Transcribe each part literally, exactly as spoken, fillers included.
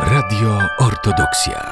Radio Ortodoksja.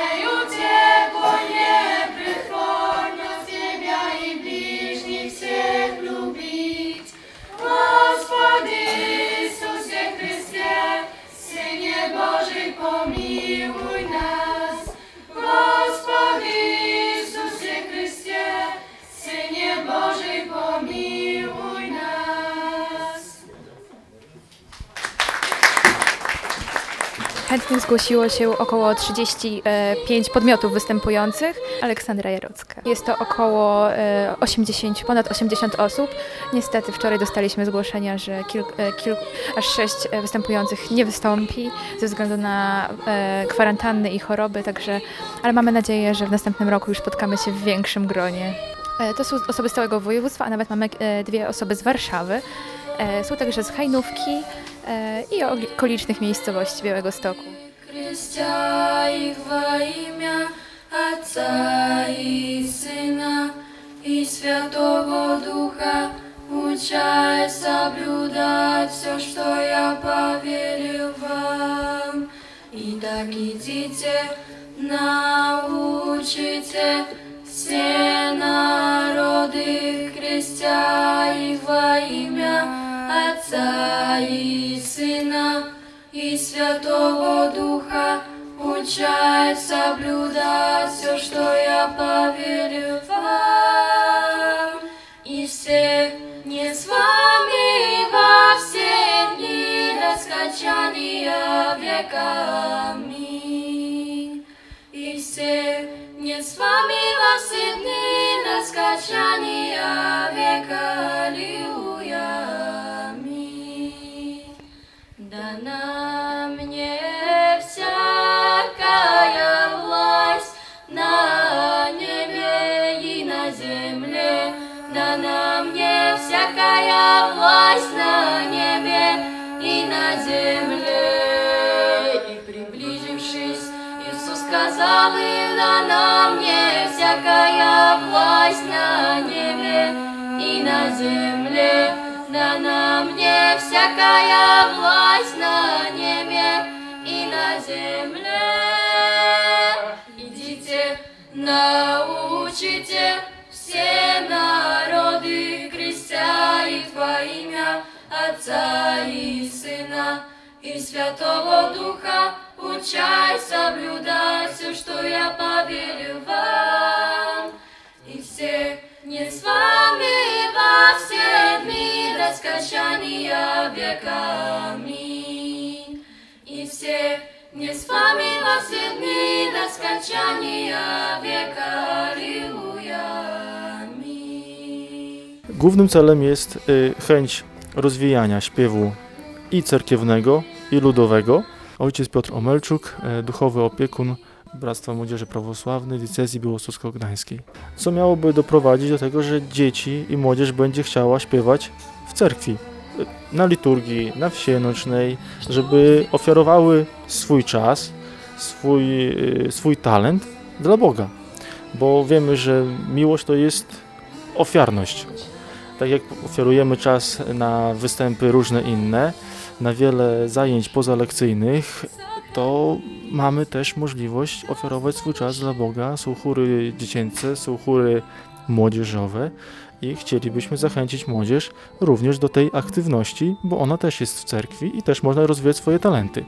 Chętnych zgłosiło się około trzydzieści pięć podmiotów występujących. Aleksandra Jarocka. Jest to około osiemdziesiąt, ponad osiemdziesiąt osób. Niestety wczoraj dostaliśmy zgłoszenia, że kilk, kilk, aż sześć występujących nie wystąpi ze względu na kwarantanny i choroby, także, ale mamy nadzieję, że w następnym roku już spotkamy się w większym gronie. To są osoby z całego województwa, a nawet mamy dwie osoby z Warszawy. Są także z Hajnówki i okolicznych miejscowości Białegostoku. Христя их во имя Отца и Сына и Святого Духа, учай соблюдать все, что я повелел вам. Итак, идите, научите все народы, крестя их во имя Отца и Сына и Святого Духа, учай соблюдать все, что я повелел вам. И все не с вами во все дни до скончания века. Аминь. И все не с вами во все дни до скончания века. Аллилуйя. Дана мне всякая власть на небе и на земле. Дана мне всякая власть на небе и на земле. И приближившись, Иисус сказал им: дана мне всякая власть на небе и на земле. Дана мне всякая власть на небе и на земле. Идите, научите все народы, крестя их во имя Отца и Сына и Святого Духа, учай соблюдать все, что я повелел вам. И все не с вами во все дни до скончания века. Аминь. И все не с вами во все дни до скончания века. Аллилуйя. Аминь. Głównym celem jest y, chęć rozwijania śpiewu i cerkiewnego, i ludowego. Ojciec Piotr Omelczuk, y, duchowy opiekun Bractwa Młodzieży Prawosławnej Diecezji Białostocko-Gdańskiej. Co miałoby doprowadzić do tego, że dzieci i młodzież będzie chciała śpiewać w cerkwi, na liturgii, na wsie nocnej, żeby ofiarowały swój czas, swój, swój talent dla Boga. Bo wiemy, że miłość to jest ofiarność. Tak jak ofiarujemy czas na występy różne inne, na wiele zajęć pozalekcyjnych, to mamy też możliwość ofiarować swój czas dla Boga. Są chóry dziecięce, są chóry młodzieżowe i chcielibyśmy zachęcić młodzież również do tej aktywności, bo ona też jest w cerkwi i też można rozwijać swoje talenty.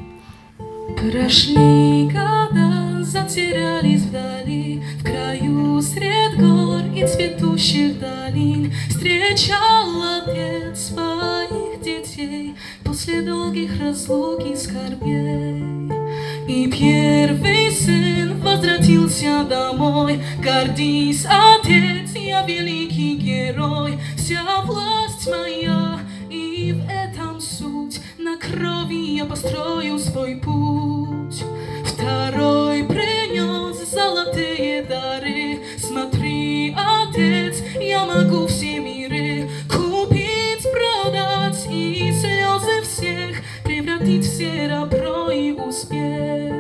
Прошли года, затерялись вдали, в краю сред гор и цветущих долин. Встречал отец своих детей после долгих разлук и скорбей. И первый сын возвратился домой. Гордись, отец, я великий герой. Вся власть моя, и в этом суть. На крови я построю свой путь. Второй принес золотые дары. Смотри, отец, я могу все миры купить, продать и слезы всех превратить в серебро и успех.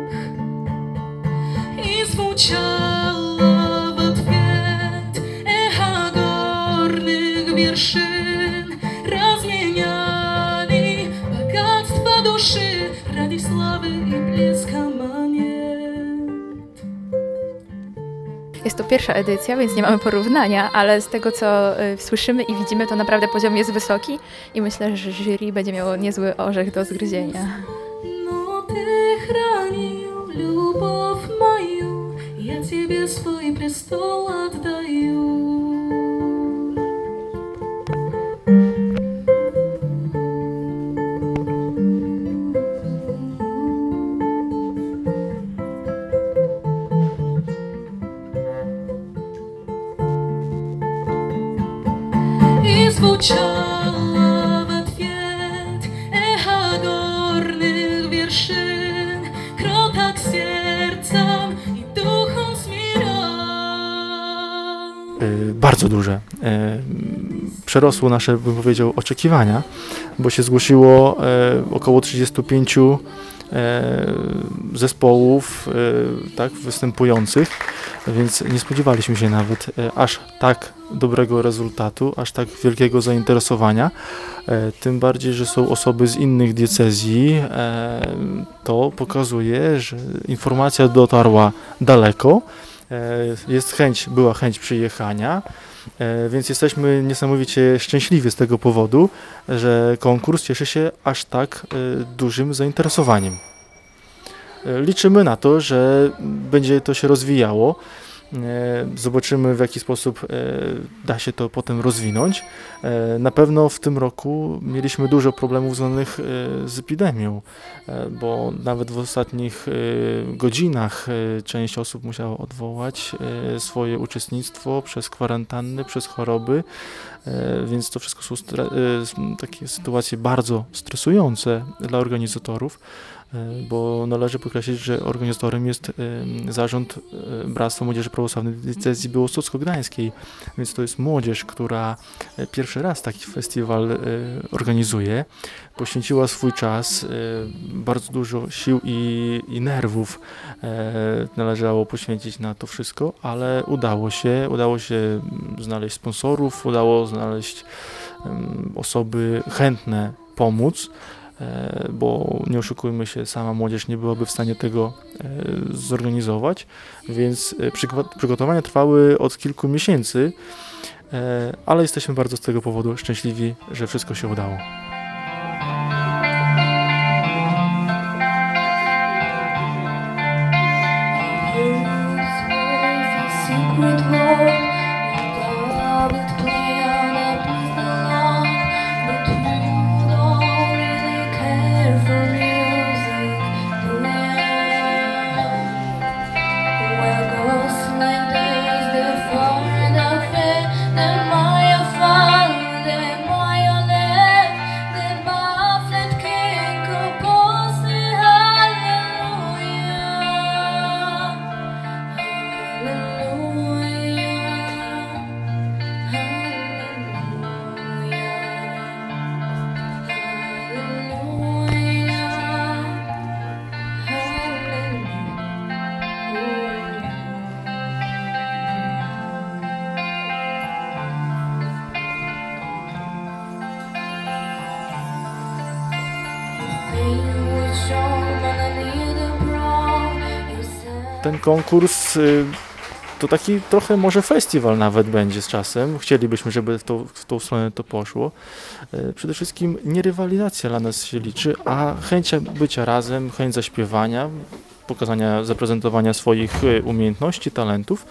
И звучало в ответ эхо горных вершин, разменяли богатство души ради dziś sławy i bliska maniet. Jest to pierwsza edycja, więc nie mamy porównania, ale z tego, co y, słyszymy i widzimy, to naprawdę poziom jest wysoki i myślę, że jury będzie miało niezły orzech do zgryzienia. No ty chranił, любовь мою, я тебе свой престол отдаю. И звучало в ответ эхо горных вершин, кроток сердцем и духом смирен. Y, Bardzo duże. Y, Przerosło nasze, bym powiedział, oczekiwania, bo się zgłosiło y, około trzydziestu pięciu y, zespołów y, tak, występujących, więc nie spodziewaliśmy się nawet y, aż tak dobrego rezultatu, aż tak wielkiego zainteresowania. E, tym bardziej, że są osoby z innych diecezji. E, to pokazuje, że informacja dotarła daleko. E, jest chęć, była chęć przyjechania, e, więc jesteśmy niesamowicie szczęśliwi z tego powodu, że konkurs cieszy się aż tak e, dużym zainteresowaniem. E, liczymy na to, że będzie to się rozwijało. Zobaczymy, w jaki sposób da się to potem rozwinąć. Na pewno w tym roku mieliśmy dużo problemów związanych z epidemią, bo nawet w ostatnich godzinach część osób musiała odwołać swoje uczestnictwo przez kwarantanny, przez choroby, więc to wszystko są takie sytuacje bardzo stresujące dla organizatorów, bo należy podkreślić, że organizatorem jest zarząd Bractwa Młodzieży Prawosławnej Diecezji Białostocko-Gdańskiej, więc to jest młodzież, która pierwszy raz taki festiwal organizuje. Poświęciła swój czas, bardzo dużo sił i, i nerwów należało poświęcić na to wszystko, ale udało się, udało się znaleźć sponsorów, udało znaleźć osoby chętne pomóc, bo nie oszukujmy się, sama młodzież nie byłaby w stanie tego zorganizować, więc przygotowania trwały od kilku miesięcy, ale jesteśmy bardzo z tego powodu szczęśliwi, że wszystko się udało. Ten konkurs to taki trochę może festiwal nawet będzie z czasem. Chcielibyśmy, żeby w tą, w tą stronę to poszło. Przede wszystkim nie rywalizacja dla nas się liczy, a chęć bycia razem, chęć zaśpiewania, pokazania, zaprezentowania swoich umiejętności, talentów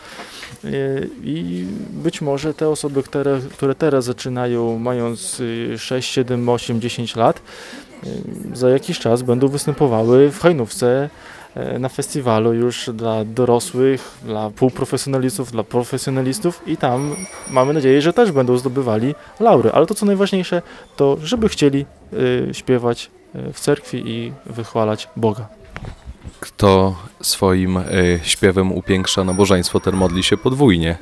i być może te osoby, które, które teraz zaczynają, mając sześć, siedem, osiem, dziesięć lat, za jakiś czas będą występowały w Hajnówce na festiwalu już dla dorosłych, dla półprofesjonalistów, dla profesjonalistów i tam mamy nadzieję, że też będą zdobywali laury. Ale to co najważniejsze, to żeby chcieli y, śpiewać w cerkwi i wychwalać Boga. Kto swoim y, śpiewem upiększa nabożeństwo, ten modli się podwójnie.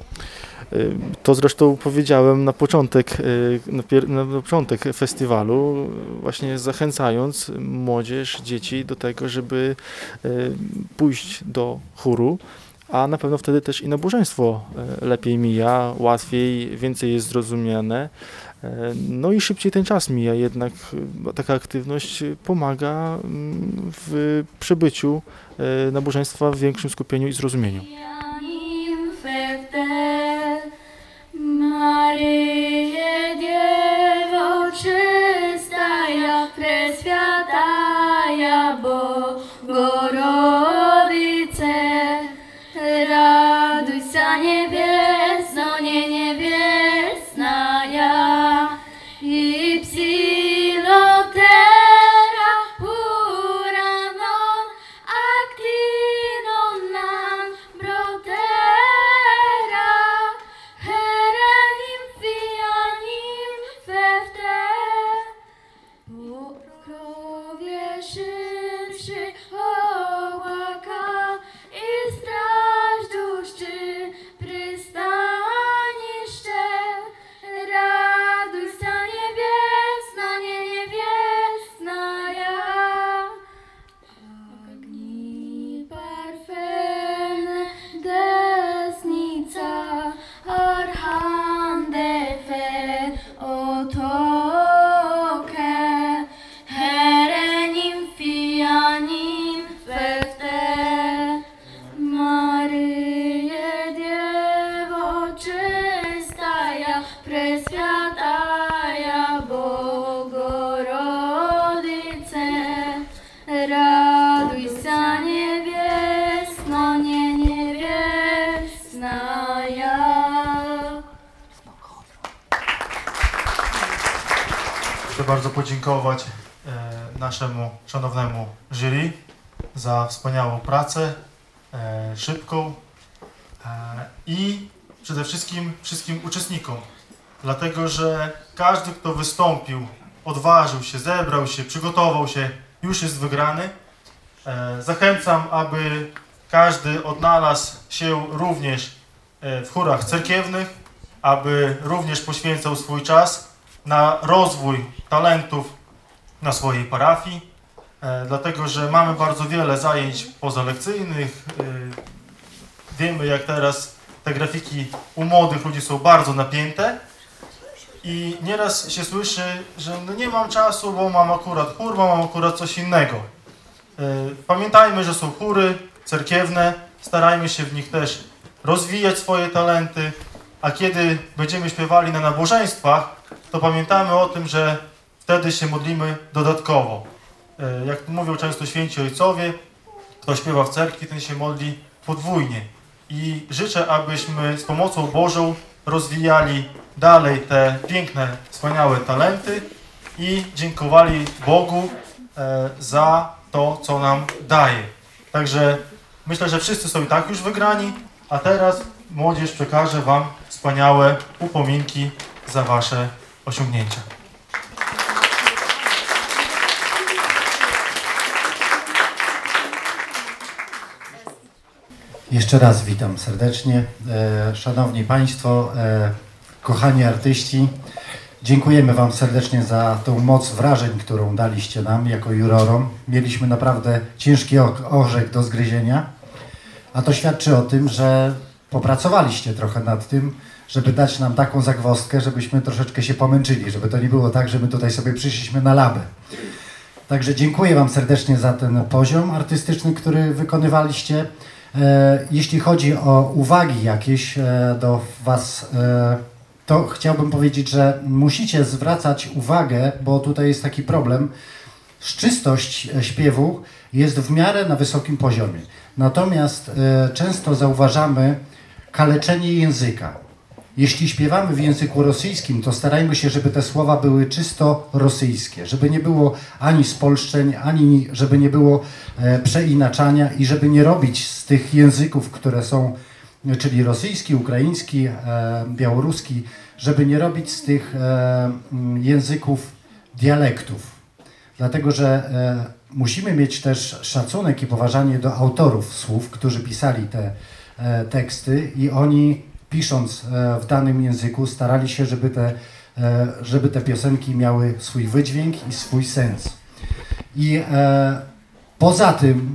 To zresztą powiedziałem na początek, na, pier- na początek festiwalu, właśnie zachęcając młodzież, dzieci do tego, żeby pójść do chóru, a na pewno wtedy też i nabożeństwo e, lepiej mija, łatwiej, więcej jest zrozumiane. E, No i szybciej ten czas mija, jednak e, taka aktywność pomaga mm, w przebyciu e, nabożeństwa w większym skupieniu i zrozumieniu. Maryje, Dziewo czystая, preswiatая Bogorodice, radujся niebieсно, nie niebiesная, i psilotera uranon, actinon nan brotera, herenim fianim fefte, pokrowie szybszy ołaka i straż duszczy prystaniszcze, radujся niebiesna, nie niebiesnaja, ogni parfene desnica, arhandefe otoke, herenim fianim fefte, Maryje, Dziewo czystая, preswiatая Bogorodice, radujся niebiesno, nie niebiesnaja. Chcę bardzo podziękować e, naszemu szanownemu jury za wspaniałą pracę, e, szybką e, i przede wszystkim wszystkim uczestnikom, dlatego że każdy, kto wystąpił, odważył się, zebrał się, przygotował się, już jest wygrany. E, zachęcam, aby każdy odnalazł się również e, w chórach cerkiewnych, aby również poświęcał swój czas na rozwój talentów na swojej parafii, e, dlatego że mamy bardzo wiele zajęć pozalekcyjnych. E, wiemy, jak teraz te grafiki u młodych ludzi są bardzo napięte i nieraz się słyszy, że no nie mam czasu, bo mam akurat chór, bo mam akurat coś innego. E, pamiętajmy, że są chóry cerkiewne, starajmy się w nich też rozwijać swoje talenty, a kiedy będziemy śpiewali na nabożeństwach, to pamiętamy o tym, że wtedy się modlimy dodatkowo. E, Jak mówią często święci ojcowie, kto śpiewa w cerkwi, ten się modli podwójnie. I życzę, abyśmy z pomocą Bożą rozwijali dalej te piękne, wspaniałe talenty i dziękowali Bogu e, za to, co nam daje. Także myślę, że wszyscy są i tak już wygrani, a teraz młodzież przekaże Wam wspaniałe upominki za Wasze osiągnięcia. Jeszcze raz witam serdecznie. E, Szanowni Państwo, e, kochani artyści, dziękujemy Wam serdecznie za tą moc wrażeń, którą daliście nam jako jurorom. Mieliśmy naprawdę ciężki orzech do zgryzienia, a to świadczy o tym, że popracowaliście trochę nad tym, żeby dać nam taką zagwozdkę, żebyśmy troszeczkę się pomęczyli, żeby to nie było tak, że my tutaj sobie przyszliśmy na labę. Także dziękuję Wam serdecznie za ten poziom artystyczny, który wykonywaliście. Jeśli chodzi o uwagi jakieś do Was, to chciałbym powiedzieć, że musicie zwracać uwagę, bo tutaj jest taki problem. Czystość śpiewu jest w miarę na wysokim poziomie. Natomiast często zauważamy kaleczenie języka. Jeśli śpiewamy w języku rosyjskim, to starajmy się, żeby te słowa były czysto rosyjskie, żeby nie było ani spolszczeń, ani żeby nie było e, przeinaczania i żeby nie robić z tych języków, które są, czyli rosyjski, ukraiński, e, białoruski, żeby nie robić z tych e, języków dialektów. Dlatego, że e, musimy mieć też szacunek i poważanie do autorów słów, którzy pisali te e, teksty i oni pisząc w danym języku, starali się, żeby te, żeby te piosenki miały swój wydźwięk i swój sens. I e, poza tym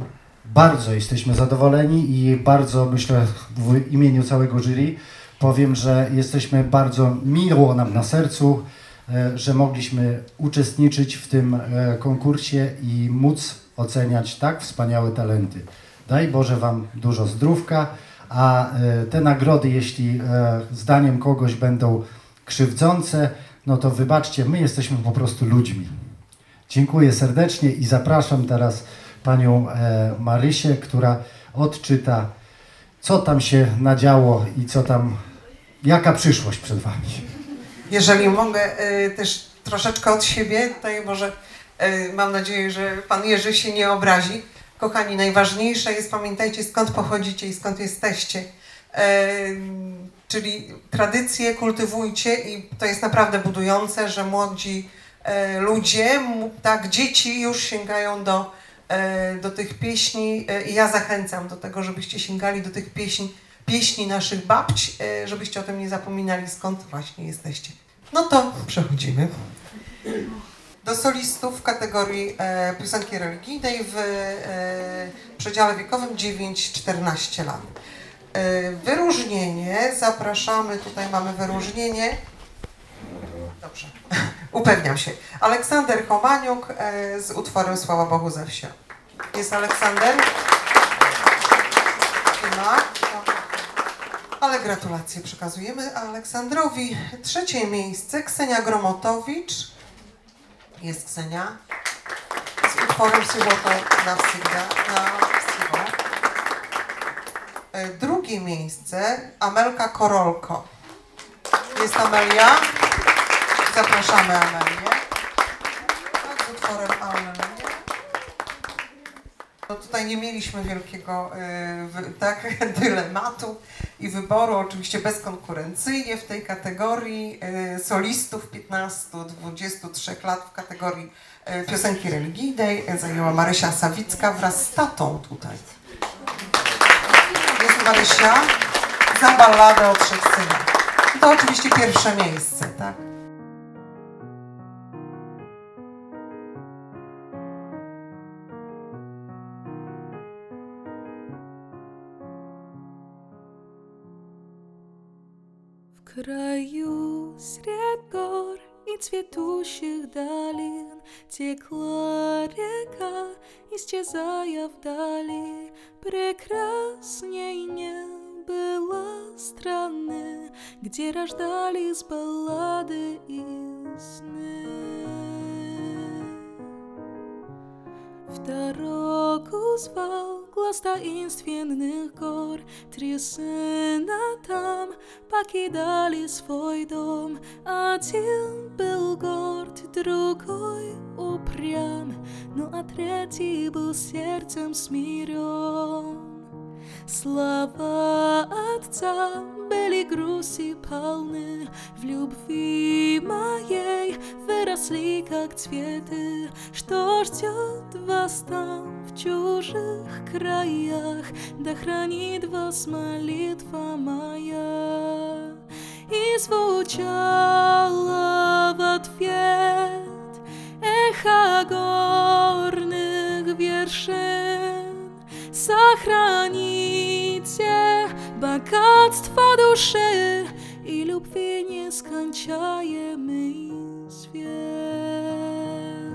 Bardzo jesteśmy zadowoleni i bardzo, myślę, w imieniu całego jury powiem, że jesteśmy bardzo miło nam na sercu, że mogliśmy uczestniczyć w tym konkursie i móc oceniać tak wspaniałe talenty. Daj Boże Wam dużo zdrówka, a te nagrody, jeśli zdaniem kogoś będą krzywdzące, no to wybaczcie, my jesteśmy po prostu ludźmi. Dziękuję serdecznie i zapraszam teraz panią Marysię, która odczyta, co tam się nadziało i co tam, jaka przyszłość przed Wami. Jeżeli mogę y, też troszeczkę od siebie, to może y, mam nadzieję, że Pan Jerzy się nie obrazi. Kochani, najważniejsze jest, pamiętajcie, skąd pochodzicie i skąd jesteście. Y, czyli tradycje kultywujcie i to jest naprawdę budujące, że młodzi y, ludzie, tak, dzieci już sięgają do, y, do tych pieśni y, i ja zachęcam do tego, żebyście sięgali do tych pieśni, pieśni naszych babć, y, żebyście o tym nie zapominali, skąd właśnie jesteście. No to przechodzimy do solistów w kategorii e, piosenki religijnej w e, przedziale wiekowym dziewięć czternaście lat. E, wyróżnienie, zapraszamy, tutaj mamy wyróżnienie. Dobrze, upewniam się. Aleksander Chomaniuk e, z utworem Sława Bogu ze wsi. Jest Aleksander? Nie ma? No. Ale gratulacje przekazujemy Aleksandrowi. Trzecie miejsce Ksenia Gromotowicz. Jest Ksenia. Z utworem Słowo na wsygda. Na wsygda. Drugie miejsce Amelka Korolko. Jest Amelia. Zapraszamy Amelię. Tak, z utworem Amelia. No tutaj nie mieliśmy wielkiego yy, tak, dylematu i wyboru, oczywiście bezkonkurencyjnie w tej kategorii yy, solistów piętnastu do dwudziestu trzech lat w kategorii yy, piosenki religijnej zajęła Marysia Sawicka wraz z tatą tutaj. Jest Marysia za balladę o trzech synach. To oczywiście pierwsze miejsce, tak? В краю сред гор и цветущих долин текла река, исчезая вдали. Прекрасней не было страны, где рождались баллады и сны. В дорогу звал глаз таинственных гор. Три сына там покидали свой дом. Один был горд, другой упрям, ну а третий был сердцем смирен. Слова отца были грусти полны, в любви моей выросли как цветы. Что ждет вас там в чужих краях, да хранит вас молитва моя. И звучало в ответ эхо горных вершин. Сохраните богатство души и любви нескончаемый свет.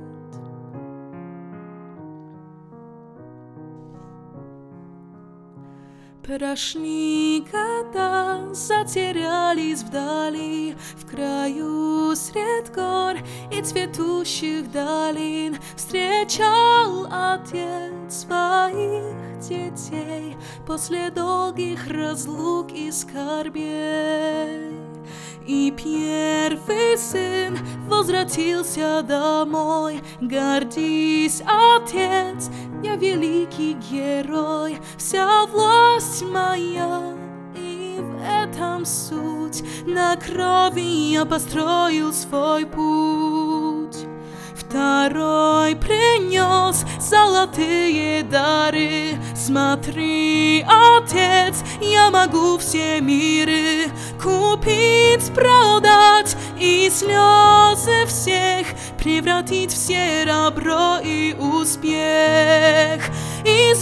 Прошли года, затерялись вдали, в краю сред гор и цветущих долин. Встречал отец своих детей после долгих разлук и скорбей. И первый сын возвратился домой. Гордись, отец, я великий герой. Вся власть моя, и в этом суть. На крови я построил свой путь. В Второй принес золотые дары. Смотри, Отец, я могу все миры купить, продать и слезы всех превратить в серебро и успех. И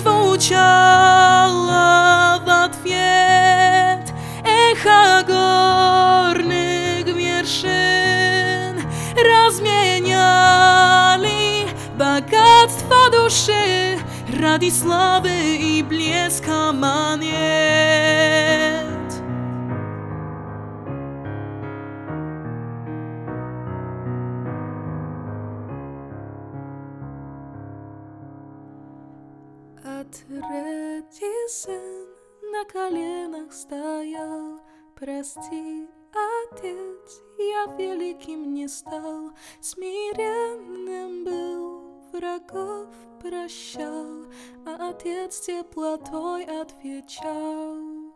звучало в ответ эхо горных вершин, разменяли богатство души ради славы и блеска монет. А третий сын на коленах стоял. Прости, Отец, я великим не стал, смиренным был, врагов прощал, а Отец теплотой отвечал.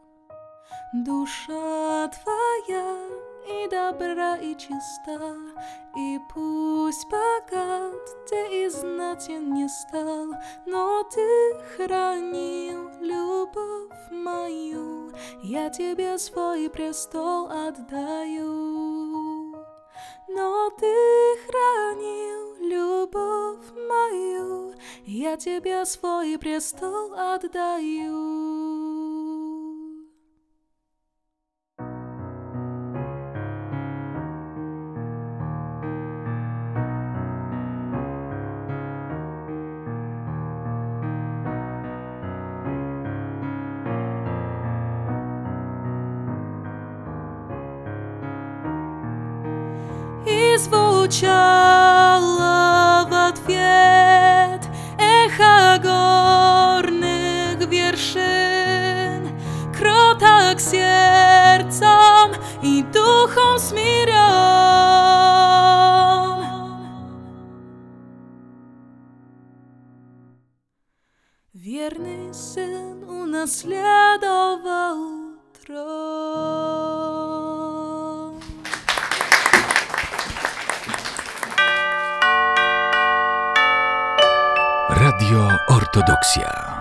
Душа твоя и добра, и чиста, и пусть богат ты и знатен не стал, но ты хранил любовь мою, я тебе свой престол отдаю. Но ты хранил любовь мою, я тебе свой престол отдаю. И звучало в ответ эхо горных вершин, кроток сердцем и духом смирен. Верный сын унаследовал трон. Radio Ortodoksja.